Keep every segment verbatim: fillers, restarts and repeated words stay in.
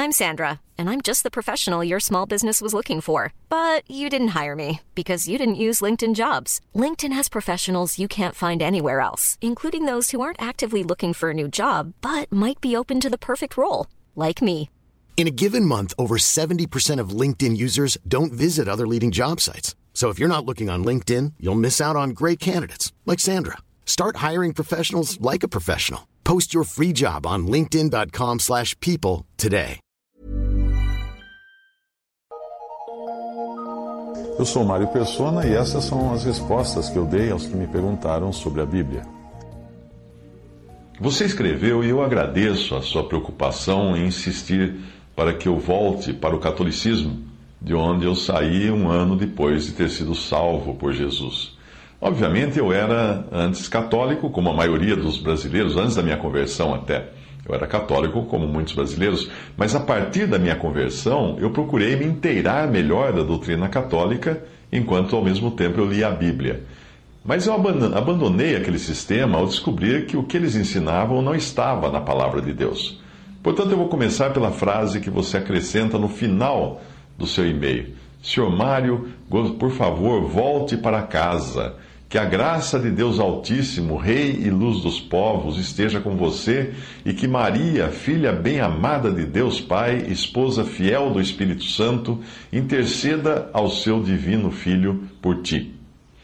I'm Sandra, and I'm just the professional your small business was looking for. But you didn't hire me because you didn't use LinkedIn Jobs. LinkedIn has professionals you can't find anywhere else, including those who aren't actively looking for a new job, but might be open to the perfect role, like me. In a given month, over seventy percent of LinkedIn users don't visit other leading job sites. So if you're not looking on LinkedIn, you'll miss out on great candidates like Sandra. Start hiring professionals like a professional. Post your free job on linkedin dot com slash people today. Eu sou Mário Persona e essas são as respostas que eu dei aos que me perguntaram sobre a Bíblia. Você escreveu e eu agradeço a sua preocupação em insistir para que eu volte para o catolicismo, de onde eu saí um ano depois de ter sido salvo por Jesus. Obviamente eu era antes católico, como a maioria dos brasileiros, antes da minha conversão até. Eu era católico, como muitos brasileiros, mas a partir da minha conversão eu procurei me inteirar melhor da doutrina católica, enquanto ao mesmo tempo eu lia a Bíblia. Mas eu abandonei aquele sistema ao descobrir que o que eles ensinavam não estava na palavra de Deus. Portanto, eu vou começar pela frase que você acrescenta no final do seu e-mail. senhor Mário, por favor, volte para casa. Que a graça de Deus Altíssimo, Rei e Luz dos povos, esteja com você e que Maria, filha bem-amada de Deus Pai, esposa fiel do Espírito Santo, interceda ao seu divino Filho por ti.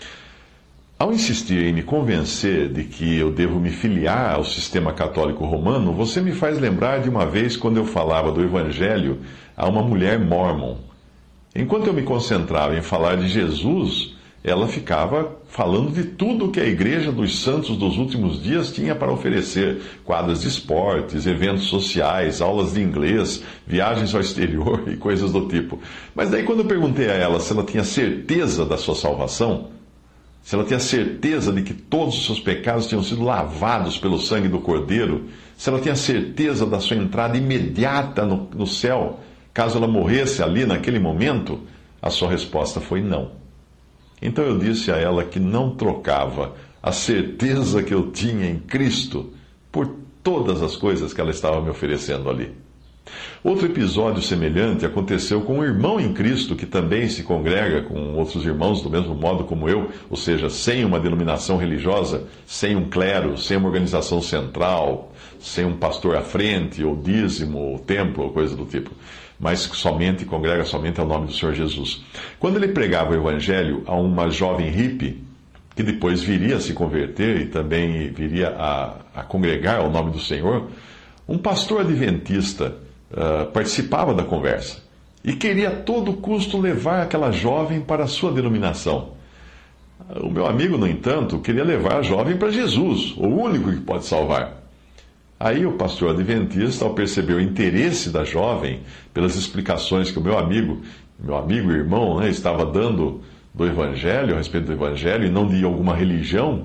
Ao insistir em me convencer de que eu devo me filiar ao sistema católico romano, você me faz lembrar de uma vez quando eu falava do Evangelho a uma mulher mórmon. Enquanto eu me concentrava em falar de Jesus, ela ficava falando de tudo que a Igreja dos Santos dos últimos dias tinha para oferecer: quadras de esportes, eventos sociais, aulas de inglês, viagens ao exterior e coisas do tipo. Mas daí quando eu perguntei a ela se ela tinha certeza da sua salvação, se ela tinha certeza de que todos os seus pecados tinham sido lavados pelo sangue do Cordeiro, se ela tinha certeza da sua entrada imediata no, no céu, caso ela morresse ali naquele momento, a sua resposta foi não. Então eu disse a ela que não trocava a certeza que eu tinha em Cristo por todas as coisas que ela estava me oferecendo ali. Outro episódio semelhante aconteceu com um irmão em Cristo que também se congrega com outros irmãos do mesmo modo como eu, ou seja, sem uma denominação religiosa, sem um clero, sem uma organização central, sem um pastor à frente, ou dízimo, ou templo, ou coisa do tipo, mas somente congrega somente ao nome do Senhor Jesus. Quando ele pregava o Evangelho a uma jovem hippie, que depois viria a se converter e também viria a, a congregar ao nome do Senhor, um pastor adventista uh, participava da conversa e queria a todo custo levar aquela jovem para a sua denominação. O meu amigo, no entanto, queria levar a jovem para Jesus, o único que pode salvar. Aí o pastor adventista, ao perceber o interesse da jovem, pelas explicações que o meu amigo, meu amigo e irmão, né, estava dando do Evangelho, a respeito do Evangelho, e não de alguma religião,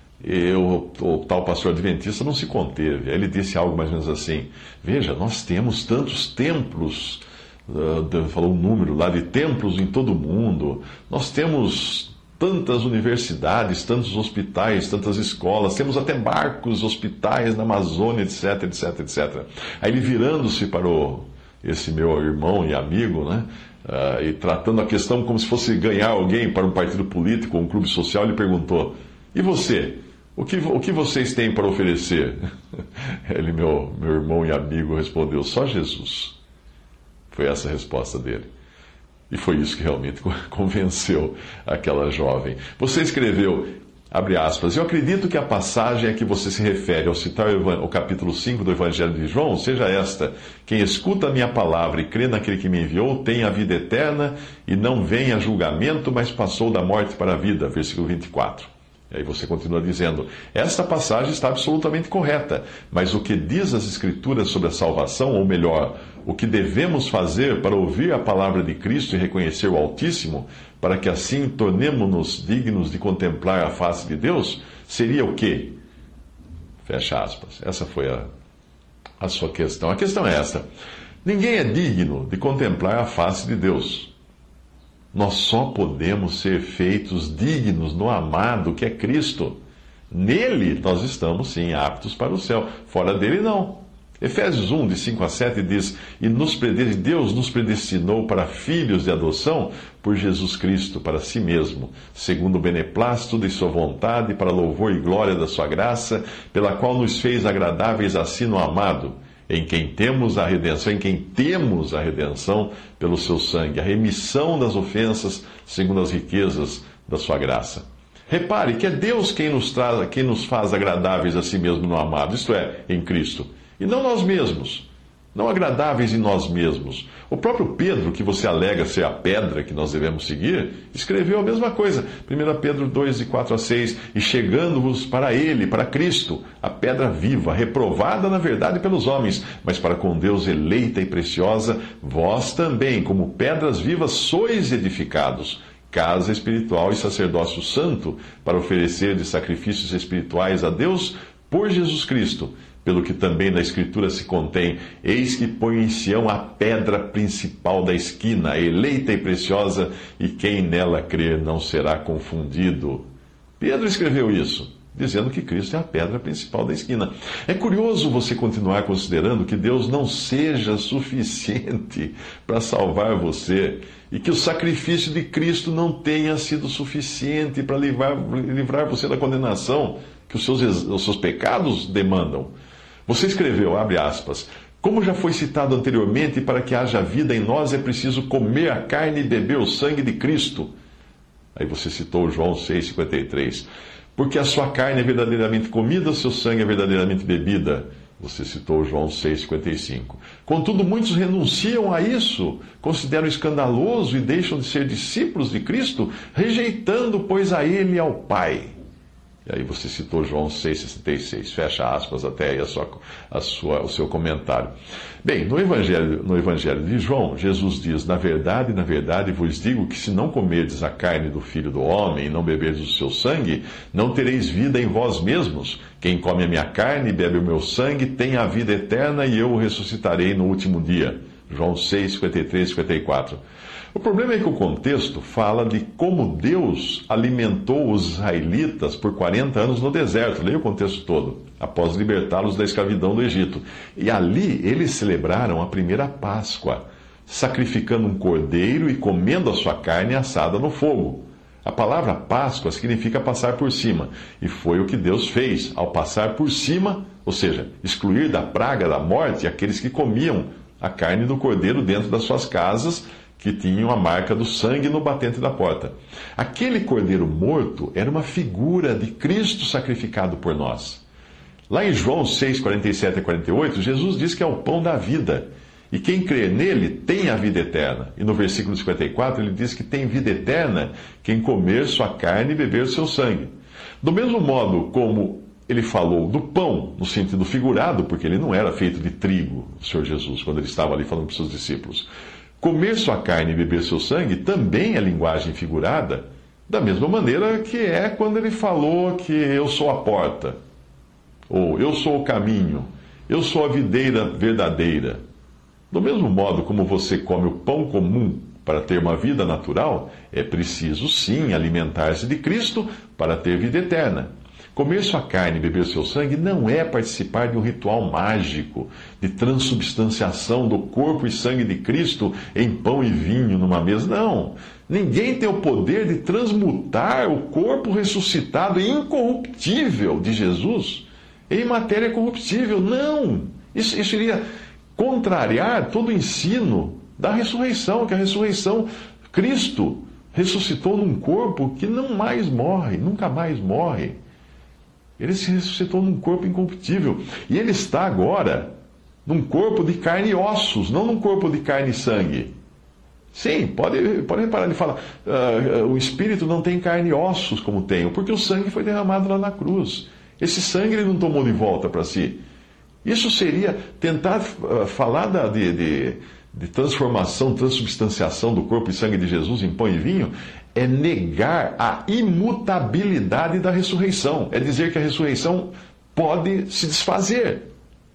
eu, o tal pastor adventista não se conteve. Aí ele disse algo mais ou menos assim: veja, nós temos tantos templos, uh, falou um número lá de templos em todo o mundo, nós temos tantas universidades, tantos hospitais, tantas escolas, temos até barcos, hospitais na Amazônia, etc, etc, etcétera. Aí ele, virando-se para o, esse meu irmão e amigo, né, uh, e tratando a questão como se fosse ganhar alguém para um partido político ou um clube social, ele perguntou: e você? O que, o que vocês têm para oferecer? Ele, meu, meu irmão e amigo, respondeu: só Jesus. Foi essa a resposta dele. E foi isso que realmente convenceu aquela jovem. Você escreveu, abre aspas, eu acredito que a passagem a que você se refere ao citar o capítulo cinco do Evangelho de João seja esta: quem escuta a minha palavra e crê naquele que me enviou tem a vida eterna e não vem a julgamento, mas passou da morte para a vida. Versículo vinte e quatro. E aí você continua dizendo: esta passagem está absolutamente correta, mas o que diz as Escrituras sobre a salvação, ou melhor, o que devemos fazer para ouvir a palavra de Cristo e reconhecer o Altíssimo, para que assim tornemo-nos dignos de contemplar a face de Deus, seria o quê? Fecha aspas. Essa foi a, a sua questão. A questão é esta: ninguém é digno de contemplar a face de Deus. Nós só podemos ser feitos dignos no amado que é Cristo. Nele nós estamos, sim, aptos para o céu. Fora dele, não. Efésios um, de cinco a sete, diz: E nos prede- Deus nos predestinou para filhos de adoção por Jesus Cristo, para si mesmo, segundo o beneplácito de sua vontade, para louvor e glória da sua graça, pela qual nos fez agradáveis assim no amado, em quem temos a redenção, em quem temos a redenção pelo seu sangue, a remissão das ofensas, segundo as riquezas da sua graça. Repare que é Deus quem nos traz, quem nos faz agradáveis a si mesmo no amado, isto é, em Cristo. E não nós mesmos, não agradáveis em nós mesmos. O próprio Pedro, que você alega ser a pedra que nós devemos seguir, escreveu a mesma coisa. primeira Pedro dois, de quatro a seis, E chegando-vos para ele, para Cristo, a pedra viva, reprovada na verdade pelos homens, mas para com Deus eleita e preciosa, vós também, como pedras vivas, sois edificados, casa espiritual e sacerdócio santo, para oferecer de sacrifícios espirituais a Deus por Jesus Cristo. Pelo que também na Escritura se contém: Eis que põe em Sião a pedra principal da esquina, eleita e preciosa, e quem nela crer não será confundido. Pedro escreveu isso, dizendo que Cristo é a pedra principal da esquina. É curioso você continuar considerando que Deus não seja suficiente para salvar você, e que o sacrifício de Cristo não tenha sido suficiente para livrar, livrar você da condenação que os seus, os seus pecados demandam. Você escreveu, abre aspas, como já foi citado anteriormente, para que haja vida em nós é preciso comer a carne e beber o sangue de Cristo. Aí você citou João seis, cinquenta e três. Porque a sua carne é verdadeiramente comida, o seu sangue é verdadeiramente bebida. Você citou João seis, cinquenta e cinco. Contudo, muitos renunciam a isso, consideram escandaloso e deixam de ser discípulos de Cristo, rejeitando, pois, a Ele e ao Pai. E aí você citou João seis, sessenta e seis, fecha aspas até aí a sua, a sua, o seu comentário. Bem, no Evangelho, no Evangelho de João, Jesus diz: Na verdade, na verdade vos digo que se não comerdes a carne do Filho do Homem e não beberdes o seu sangue, não tereis vida em vós mesmos. Quem come a minha carne e bebe o meu sangue tem a vida eterna e eu o ressuscitarei no último dia. João seis, cinquenta e três, cinquenta e quatro. O problema é que o contexto fala de como Deus alimentou os israelitas por quarenta anos no deserto. Leia o contexto todo, após libertá-los da escravidão do Egito. E ali eles celebraram a primeira Páscoa, sacrificando um cordeiro e comendo a sua carne assada no fogo. A palavra Páscoa significa passar por cima, e foi o que Deus fez ao passar por cima, ou seja, excluir da praga da morte aqueles que comiam a carne do cordeiro dentro das suas casas, que tinham a marca do sangue no batente da porta. Aquele cordeiro morto era uma figura de Cristo sacrificado por nós. Lá em João seis, quarenta e sete a quarenta e oito, Jesus diz que é o pão da vida. E quem crer nele tem a vida eterna. E no versículo cinquenta e quatro ele diz que tem vida eterna quem comer sua carne e beber seu sangue. Do mesmo modo como ele falou do pão, no sentido figurado, porque ele não era feito de trigo, o Senhor Jesus, quando ele estava ali falando para os seus discípulos. Comer sua carne e beber seu sangue também é linguagem figurada, da mesma maneira que é quando ele falou que eu sou a porta, ou eu sou o caminho, eu sou a videira verdadeira. Do mesmo modo como você come o pão comum para ter uma vida natural, é preciso sim alimentar-se de Cristo para ter vida eterna. Comer sua carne e beber seu sangue não é participar de um ritual mágico de transubstanciação do corpo e sangue de Cristo em pão e vinho numa mesa. Não. Ninguém tem o poder de transmutar o corpo ressuscitado e incorruptível de Jesus em matéria corruptível. Não. Isso, isso iria contrariar todo o ensino da ressurreição, que a ressurreição, Cristo ressuscitou num corpo que não mais morre, nunca mais morre. Ele se ressuscitou num corpo incorruptível. E ele está agora num corpo de carne e ossos, não num corpo de carne e sangue. Sim, pode, pode reparar, ele fala, uh, o Espírito não tem carne e ossos como tem, porque o sangue foi derramado lá na cruz. Esse sangue ele não tomou de volta para si. Isso seria tentar uh, falar da, de, de, de transformação, transubstanciação do corpo e sangue de Jesus em pão e vinho, é negar a imutabilidade da ressurreição. É dizer que a ressurreição pode se desfazer.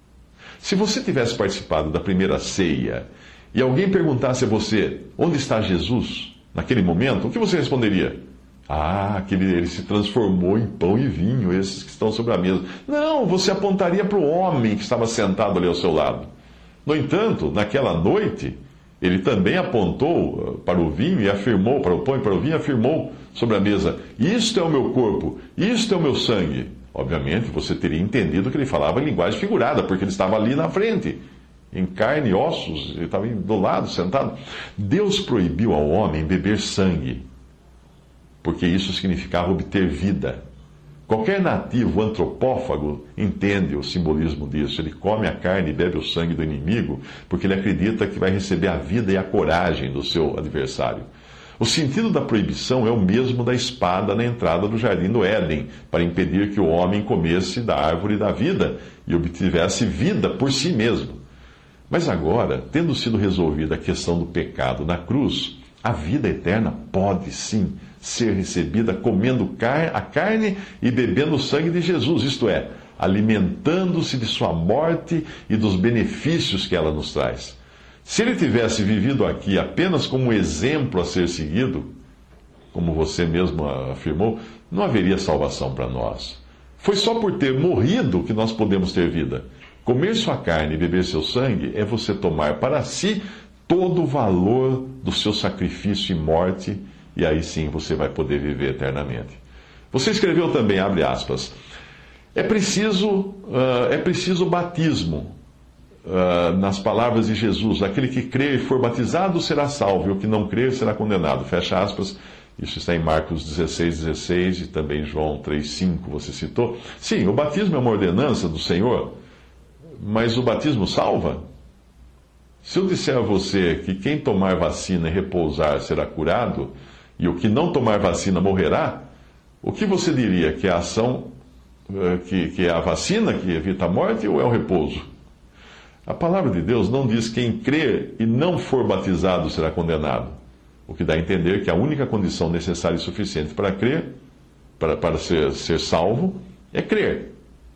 Se você tivesse participado da primeira ceia e alguém perguntasse a você onde está Jesus naquele momento, o que você responderia? Ah, que ele, ele se transformou em pão e vinho, esses que estão sobre a mesa. Não, você apontaria para o homem que estava sentado ali ao seu lado. No entanto, naquela noite, ele também apontou para o vinho e afirmou, para o pão e para o vinho, e afirmou sobre a mesa: isto é o meu corpo, isto é o meu sangue. Obviamente, você teria entendido que ele falava em linguagem figurada, porque ele estava ali na frente, em carne e ossos, ele estava do lado, sentado. Deus proibiu ao homem beber sangue, porque isso significava obter vida. Qualquer nativo antropófago entende o simbolismo disso. Ele come a carne e bebe o sangue do inimigo, porque ele acredita que vai receber a vida e a coragem do seu adversário. O sentido da proibição é o mesmo da espada na entrada do jardim do Éden, para impedir que o homem comesse da árvore da vida e obtivesse vida por si mesmo. Mas agora, tendo sido resolvida a questão do pecado na cruz, a vida eterna pode sim ser recebida comendo a carne e bebendo o sangue de Jesus, isto é, alimentando-se de sua morte e dos benefícios que ela nos traz. Se ele tivesse vivido aqui apenas como um exemplo a ser seguido, como você mesmo afirmou, não haveria salvação para nós. Foi só por ter morrido que nós podemos ter vida. Comer sua carne e beber seu sangue é você tomar para si todo o valor do seu sacrifício e morte, e aí sim você vai poder viver eternamente. Você escreveu também, abre aspas, é preciso, uh, é preciso batismo, uh, nas palavras de Jesus: aquele que crer e for batizado será salvo, e o que não crer será condenado, fecha aspas. Isso está em Marcos dezesseis, dezesseis e também João três, cinco, você citou. Sim, o batismo é uma ordenança do Senhor, mas o batismo salva? Se eu disser a você que quem tomar vacina e repousar será curado, e o que não tomar vacina morrerá, o que você diria? Que é a ação, que, que é a vacina que evita a morte, ou é o repouso? A palavra de Deus não diz quem crer e não for batizado será condenado, o que dá a entender que a única condição necessária e suficiente para crer, para, para ser, ser salvo, é crer.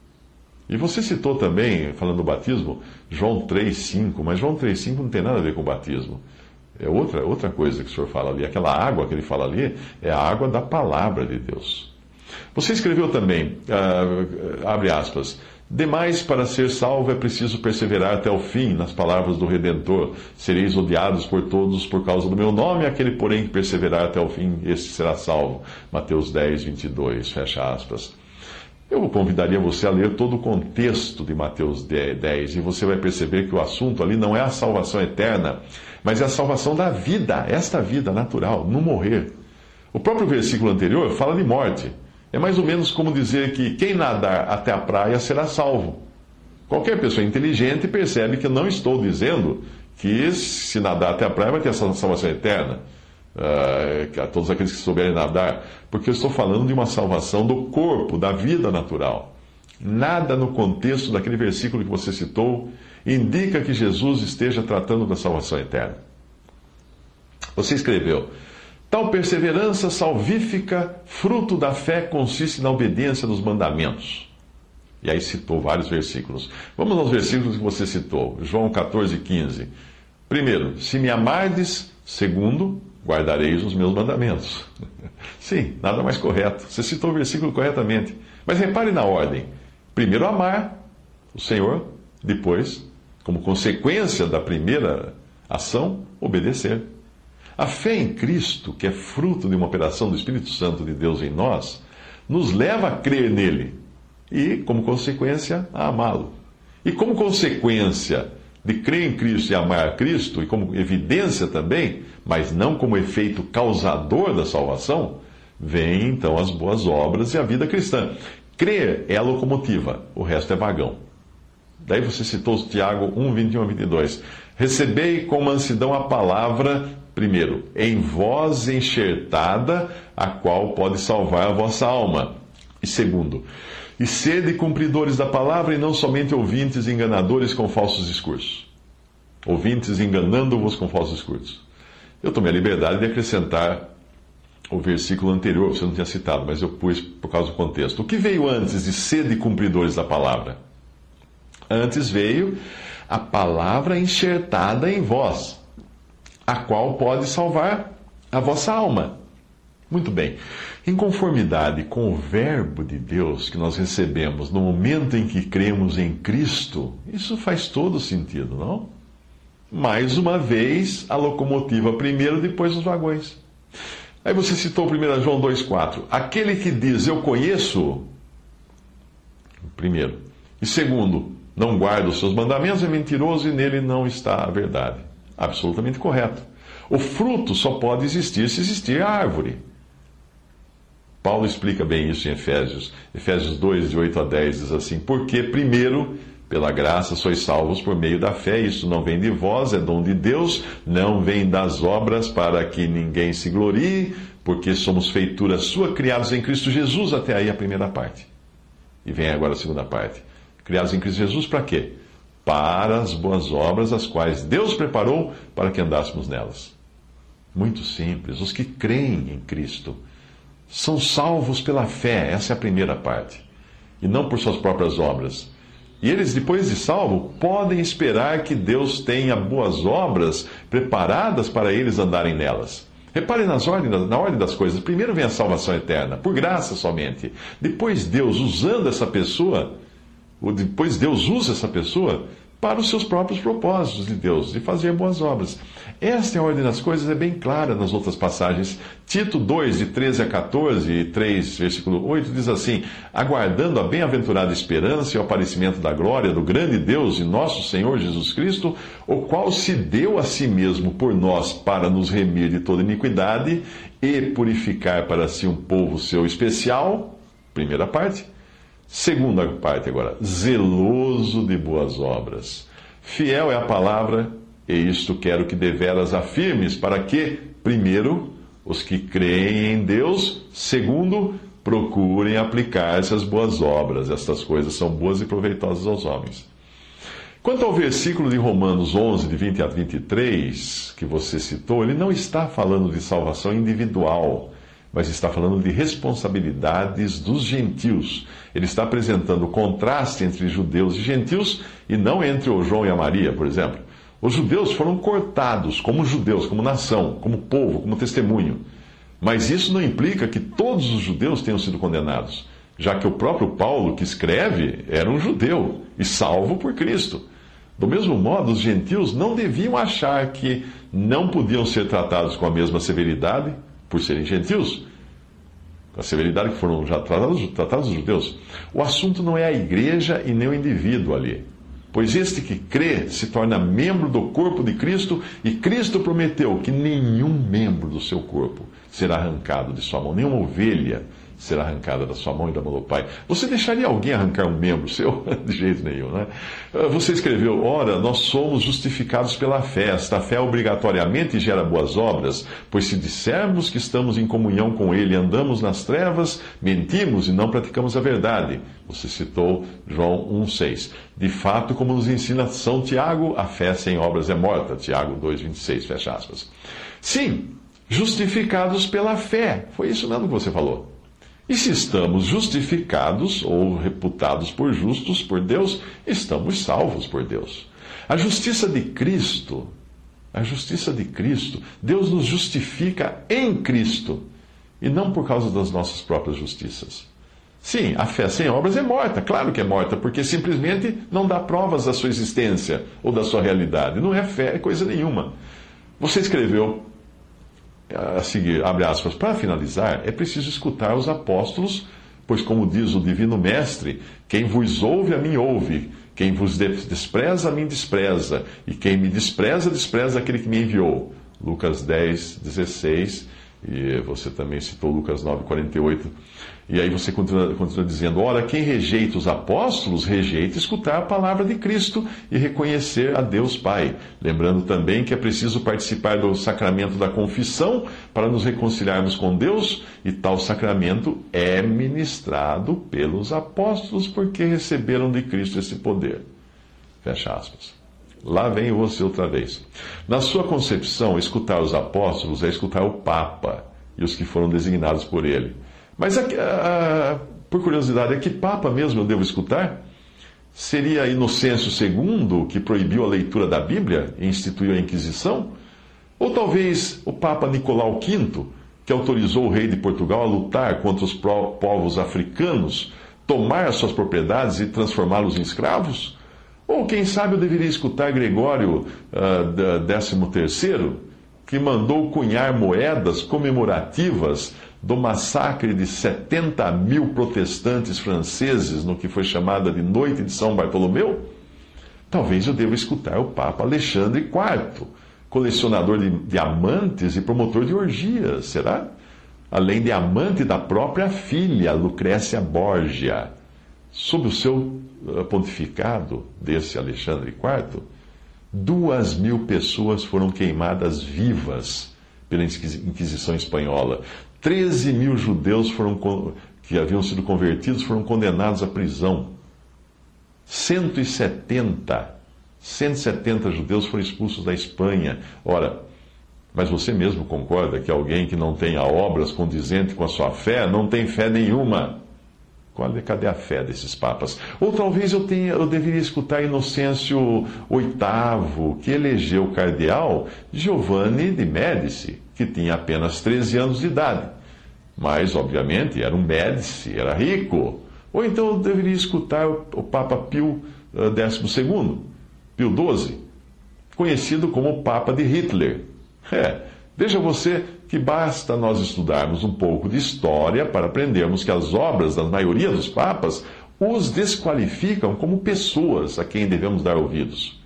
E você citou também, falando do batismo, João três, cinco, mas João três, cinco não tem nada a ver com o batismo. É outra, outra coisa que o senhor fala ali. Aquela água que ele fala ali é a água da palavra de Deus. Você escreveu também, uh, abre aspas, demais, para ser salvo é preciso perseverar até o fim, nas palavras do Redentor: sereis odiados por todos por causa do meu nome, aquele porém que perseverar até o fim, esse será salvo. Mateus dez, vinte e dois, fecha aspas. Eu convidaria você a ler todo o contexto de Mateus dez, e você vai perceber que o assunto ali não é a salvação eterna, mas é a salvação da vida, esta vida natural, no morrer. O próprio versículo anterior fala de morte. É mais ou menos como dizer que quem nadar até a praia será salvo. Qualquer pessoa inteligente percebe que eu não estou dizendo que se nadar até a praia vai ter essa salvação eterna. Uh, a todos aqueles que souberem nadar, porque eu estou falando de uma salvação do corpo, da vida natural. Nada no contexto daquele versículo que você citou indica que Jesus esteja tratando da salvação eterna. Você escreveu: tal perseverança salvífica, fruto da fé, consiste na obediência dos mandamentos. E aí citou vários versículos. Vamos aos versículos que você citou. João catorze, quinze. Primeiro, se me amardes, segundo, guardareis os meus mandamentos. Sim, nada mais correto. Você citou o versículo corretamente. Mas repare na ordem. Primeiro amar o Senhor, depois, como consequência da primeira ação, obedecer. A fé em Cristo, que é fruto de uma operação do Espírito Santo de Deus em nós, nos leva a crer nele e, como consequência, a amá-lo. E como consequência de crer em Cristo e amar a Cristo, e como evidência também, mas não como efeito causador da salvação, vem então as boas obras e a vida cristã. Crer é a locomotiva, o resto é vagão. Daí você citou Tiago um, vinte e um a vinte e dois. Recebei com mansidão a palavra, primeiro, em vós enxertada, a qual pode salvar a vossa alma. E segundo, e sede cumpridores da palavra e não somente ouvintes enganadores com falsos discursos. Ouvintes enganando-vos com falsos discursos. Eu tomei a liberdade de acrescentar o versículo anterior, você não tinha citado, mas eu pus por causa do contexto. O que veio antes de sede cumpridores da palavra? Antes veio a palavra enxertada em vós, a qual pode salvar a vossa alma. Muito bem. Em conformidade com o Verbo de Deus que nós recebemos no momento em que cremos em Cristo, isso faz todo sentido, não? Mais uma vez, a locomotiva primeiro, depois os vagões. Aí você citou primeiro João dois, quatro. Aquele que diz, eu conheço, primeiro. E segundo, não guarda os seus mandamentos, é mentiroso e nele não está a verdade. Absolutamente correto. O fruto só pode existir se existir a árvore. Paulo explica bem isso em Efésios. Efésios dois, de oito a dez, diz assim: porque primeiro, pela graça sois salvos por meio da fé, isso não vem de vós, é dom de Deus, não vem das obras para que ninguém se glorie, porque somos feitura sua, criados em Cristo Jesus. Até aí a primeira parte. E vem agora a segunda parte. Criados em Cristo Jesus para quê? Para as boas obras, as quais Deus preparou para que andássemos nelas. Muito simples. Os que creem em Cristo são salvos pela fé, essa é a primeira parte, e não por suas próprias obras. E eles, depois de salvo, podem esperar que Deus tenha boas obras preparadas para eles andarem nelas. Repare nas ordens, na ordem das coisas. Primeiro vem a salvação eterna, por graça somente. Depois Deus, usando essa pessoa, ou depois Deus usa essa pessoa para os seus próprios propósitos de Deus, de fazer boas obras. Esta é a ordem das coisas, é bem clara nas outras passagens. Tito dois, de treze a quatorze, e três, versículo oito, diz assim: aguardando a bem-aventurada esperança e o aparecimento da glória do grande Deus e nosso Senhor Jesus Cristo, o qual se deu a si mesmo por nós para nos remir de toda iniquidade e purificar para si um povo seu especial. Primeira parte. Segunda parte agora, zeloso de boas obras. Fiel é a palavra, e isto quero que deveras afirmes, para que, primeiro, os que creem em Deus, segundo, procurem aplicar essas boas obras. Estas coisas são boas e proveitosas aos homens. Quanto ao versículo de Romanos onze, de vinte a vinte e três, que você citou, ele não está falando de salvação individual, mas está falando de responsabilidades dos gentios. Ele está apresentando o contraste entre judeus e gentios, e não entre o João e a Maria, por exemplo. Os judeus foram cortados como judeus, como nação, como povo, como testemunho. Mas isso não implica que todos os judeus tenham sido condenados, já que o próprio Paulo, que escreve, era um judeu e salvo por Cristo. Do mesmo modo, os gentios não deviam achar que não podiam ser tratados com a mesma severidade por serem gentios, com a severidade que foram já tratados, tratados os judeus. O assunto não é a igreja e nem o indivíduo ali, pois este que crê se torna membro do corpo de Cristo, e Cristo prometeu que nenhum membro do seu corpo será arrancado de sua mão, nenhuma ovelha será arrancada da sua mão e da mão do Pai. Você deixaria alguém arrancar um membro seu? De jeito nenhum, né? Você escreveu: ora, nós somos justificados pela fé. Esta fé obrigatoriamente gera boas obras, pois se dissermos que estamos em comunhão com Ele e andamos nas trevas, mentimos e não praticamos a verdade. Você citou João um, seis. De fato, como nos ensina São Tiago, a fé sem obras é morta. Tiago dois, vinte e seis, fecha aspas. Sim, justificados pela fé. Foi isso mesmo que você falou. E se estamos justificados ou reputados por justos por Deus, estamos salvos por Deus. A justiça de Cristo, a justiça de Cristo, Deus nos justifica em Cristo, e não por causa das nossas próprias justiças. Sim, a fé sem obras é morta, claro que é morta, porque simplesmente não dá provas da sua existência ou da sua realidade. Não é fé, é coisa nenhuma. Você escreveu a seguir, abre aspas, para finalizar, é preciso escutar os apóstolos, pois como diz o Divino Mestre, quem vos ouve, a mim ouve, quem vos despreza, a mim despreza, e quem me despreza, despreza aquele que me enviou. Lucas dez, dezesseis, e você também citou Lucas nove, quarenta e oito. E aí você continua, continua dizendo: ora, quem rejeita os apóstolos, rejeita escutar a palavra de Cristo e reconhecer a Deus Pai. Lembrando também que é preciso participar do sacramento da confissão para nos reconciliarmos com Deus, e tal sacramento é ministrado pelos apóstolos, porque receberam de Cristo esse poder. Fecha aspas. Lá vem você outra vez. Na sua concepção, escutar os apóstolos é escutar o Papa e os que foram designados por ele. Mas, a, a, por curiosidade, a que Papa mesmo eu devo escutar? Seria Inocêncio segundo, que proibiu a leitura da Bíblia e instituiu a Inquisição? Ou talvez o Papa Nicolau quinto, que autorizou o rei de Portugal a lutar contra os povos africanos, tomar as suas propriedades e transformá-los em escravos? Ou, quem sabe, eu deveria escutar Gregório uh, décimo terceiro, que mandou cunhar moedas comemorativas do massacre de setenta mil protestantes franceses no que foi chamada de Noite de São Bartolomeu? Talvez eu deva escutar o Papa Alexandre quarto, colecionador de diamantes e promotor de orgias, será? Além de amante da própria filha, Lucrécia Borgia. Sob o seu pontificado, desse Alexandre quarto, duas mil pessoas foram queimadas vivas pela Inquisição Espanhola. treze mil judeus foram, que haviam sido convertidos foram condenados à prisão. cento e setenta, cento e setenta judeus foram expulsos da Espanha. Ora, mas você mesmo concorda que alguém que não tenha obras condizentes com a sua fé não tem fé nenhuma? Cadê a fé desses papas? Ou talvez eu, tenha, eu deveria escutar Inocêncio oitavo, que elegeu o cardeal Giovanni de Médici, que tinha apenas treze anos de idade. Mas, obviamente, era um Médici, era rico. Ou então eu deveria escutar o Papa Pio décimo segundo, Pio doze, conhecido como o Papa de Hitler. É, veja você que basta nós estudarmos um pouco de história para aprendermos que as obras da maioria dos papas os desqualificam como pessoas a quem devemos dar ouvidos.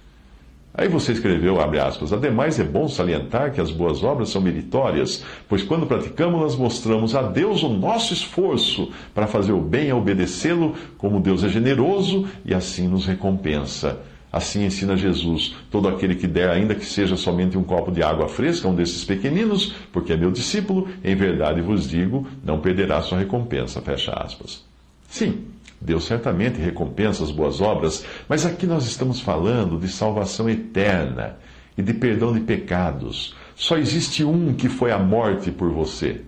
Aí você escreveu, abre aspas, ademais é bom salientar que as boas obras são meritórias, pois quando praticamos-las mostramos a Deus o nosso esforço para fazer o bem e obedecê-lo, como Deus é generoso e assim nos recompensa. Assim ensina Jesus: todo aquele que der, ainda que seja somente um copo de água fresca a um desses pequeninos, porque é meu discípulo, em verdade vos digo, não perderá sua recompensa. Fecha aspas. Sim, Deus certamente recompensa as boas obras, mas aqui nós estamos falando de salvação eterna e de perdão de pecados. Só existe um que foi à morte por você: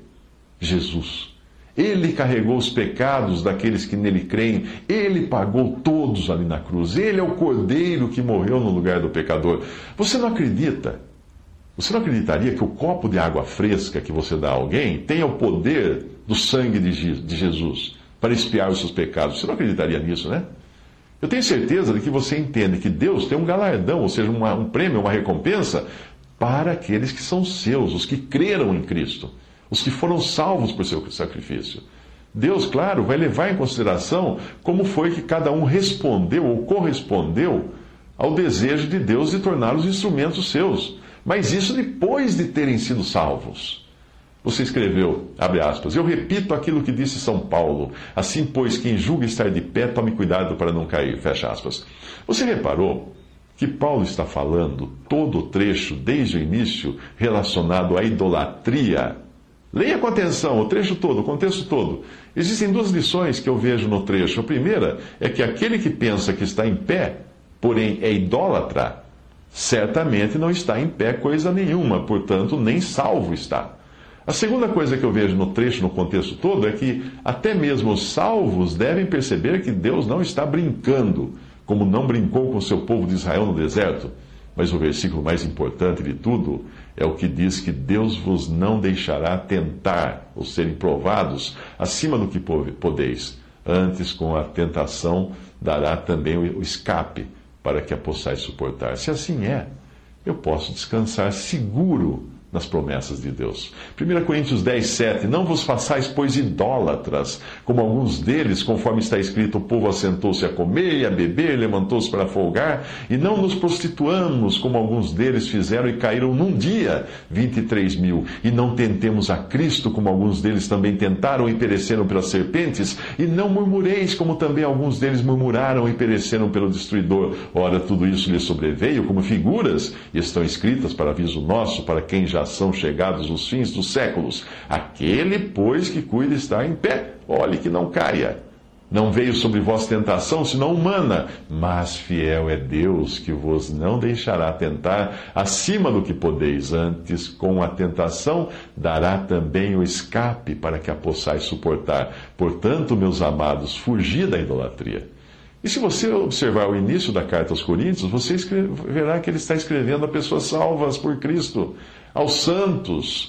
Jesus. Ele carregou os pecados daqueles que nele creem. Ele pagou todos ali na cruz. Ele é o Cordeiro que morreu no lugar do pecador. Você não acredita? Você não acreditaria que o copo de água fresca que você dá a alguém tenha o poder do sangue de Jesus para expiar os seus pecados? Você não acreditaria nisso, né? Eu tenho certeza de que você entende que Deus tem um galardão, ou seja, uma, um prêmio, uma recompensa para aqueles que são seus, os que creram em Cristo, os que foram salvos por seu sacrifício. Deus, claro, vai levar em consideração como foi que cada um respondeu ou correspondeu ao desejo de Deus de torná-los instrumentos seus. Mas isso depois de terem sido salvos. Você escreveu, abre aspas, eu repito aquilo que disse São Paulo, assim, pois, quem julga estar de pé, tome cuidado para não cair, fecha aspas. Você reparou que Paulo está falando todo o trecho, desde o início, relacionado à idolatria? Leia com atenção o trecho todo, o contexto todo. Existem duas lições que eu vejo no trecho. A primeira é que aquele que pensa que está em pé, porém é idólatra, certamente não está em pé coisa nenhuma, portanto nem salvo está. A segunda coisa que eu vejo no trecho, no contexto todo, é que até mesmo os salvos devem perceber que Deus não está brincando, como não brincou com o seu povo de Israel no deserto. Mas o versículo mais importante de tudo é o que diz que Deus vos não deixará tentar, ou serem provados, acima do que podeis. Antes, com a tentação, dará também o escape, para que a possais suportar. Se assim é, eu posso descansar seguro nas promessas de Deus. primeira Coríntios dez, sete. Não vos façais, pois, idólatras, como alguns deles, conforme está escrito, o povo assentou-se a comer e a beber, levantou-se para folgar, e não nos prostituamos, como alguns deles fizeram e caíram num dia, vinte e três mil. E não tentemos a Cristo, como alguns deles também tentaram e pereceram pelas serpentes, e não murmureis, como também alguns deles murmuraram e pereceram pelo destruidor. Ora, tudo isso lhes sobreveio como figuras, e estão escritas para aviso nosso, para quem já são chegados os fins dos séculos. Aquele, pois, que cuida estar em pé, olhe que não caia. Não veio sobre vós tentação, senão humana, mas fiel é Deus, que vos não deixará tentar acima do que podeis. Antes, com a tentação, dará também o escape, para que a possais suportar. Portanto, meus amados, fugi da idolatria. E se você observar o início da carta aos Coríntios, você verá que ele está escrevendo a pessoas salvas por Cristo, aos santos,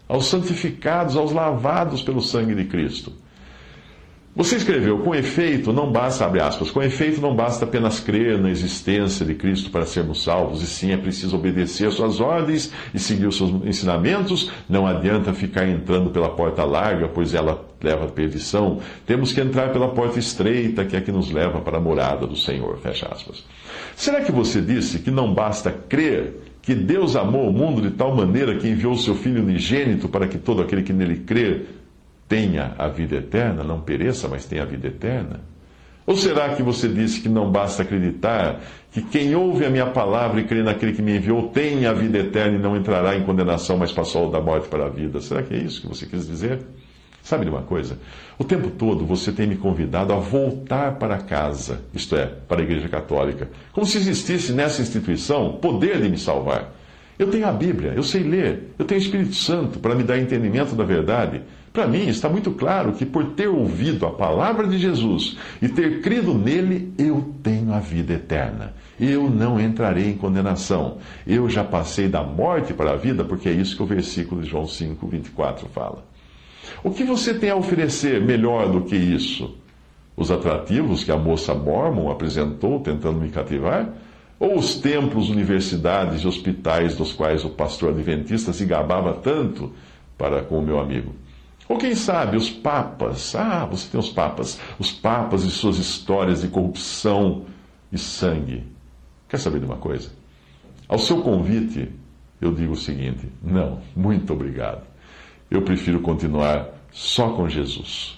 aos santificados, aos lavados pelo sangue de Cristo. Você escreveu, com efeito, não basta, abre aspas, com efeito não basta apenas crer na existência de Cristo para sermos salvos, e sim é preciso obedecer às suas ordens e seguir os seus ensinamentos. Não adianta ficar entrando pela porta larga, pois ela leva à perdição. Temos que entrar pela porta estreita, que é a que nos leva para a morada do Senhor, fecha aspas. Será que você disse que não basta crer que Deus amou o mundo de tal maneira que enviou o seu Filho unigênito para que todo aquele que nele crer tenha a vida eterna, não pereça, mas tenha a vida eterna? Ou será que você disse que não basta acreditar que quem ouve a minha palavra e crê naquele que me enviou tem a vida eterna e não entrará em condenação, mas passou da morte para a vida? Será que é isso que você quis dizer? Sabe de uma coisa? O tempo todo você tem me convidado a voltar para casa, isto é, para a Igreja Católica, como se existisse nessa instituição poder de me salvar. Eu tenho a Bíblia, eu sei ler, eu tenho o Espírito Santo para me dar entendimento da verdade. Para mim está muito claro que por ter ouvido a palavra de Jesus e ter crido nele, eu tenho a vida eterna. Eu não entrarei em condenação. Eu já passei da morte para a vida, porque é isso que o versículo de João cinco, vinte e quatro fala. O que você tem a oferecer melhor do que isso? Os atrativos que a moça Mormon apresentou tentando me cativar? Ou os templos, universidades e hospitais dos quais o pastor adventista se gabava tanto para com o meu amigo? Ou quem sabe os papas? Ah, você tem os papas. Os papas e suas histórias de corrupção e sangue. Quer saber de uma coisa? Ao seu convite, eu digo o seguinte: não, muito obrigado. Eu prefiro continuar só com Jesus.